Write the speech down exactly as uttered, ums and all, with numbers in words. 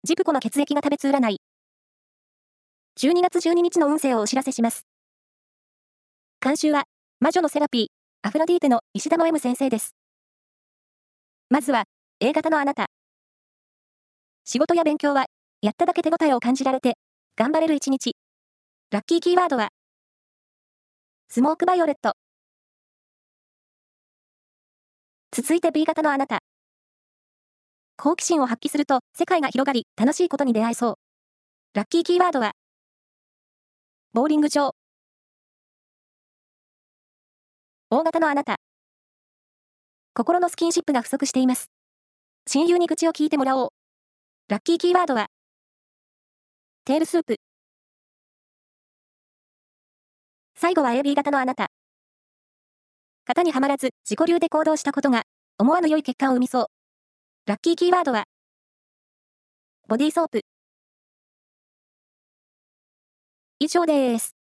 ジプコの血液が食べつ占い。じゅうにがつじゅうににちの運勢をお知らせします。監修は、魔女のセラピー、アフロディーテの石田の M 先生です。まずは、A 型のあなた。仕事や勉強は、やっただけ手応えを感じられて、頑張れる一日。ラッキーキーワードは、スモークバイオレット。続いて B 型のあなた。好奇心を発揮すると世界が広がり楽しいことに出会えそう。ラッキーキーワードは、ボーリング場。O 型のあなた。心のスキンシップが不足しています。親友に愚痴を聞いてもらおう。ラッキーキーワードは、テールスープ。最後は エービー 型のあなた。型にはまらず自己流で行動したことが思わぬ良い結果を生みそう。ラッキーキーワードは、ボディーソープ。以上です。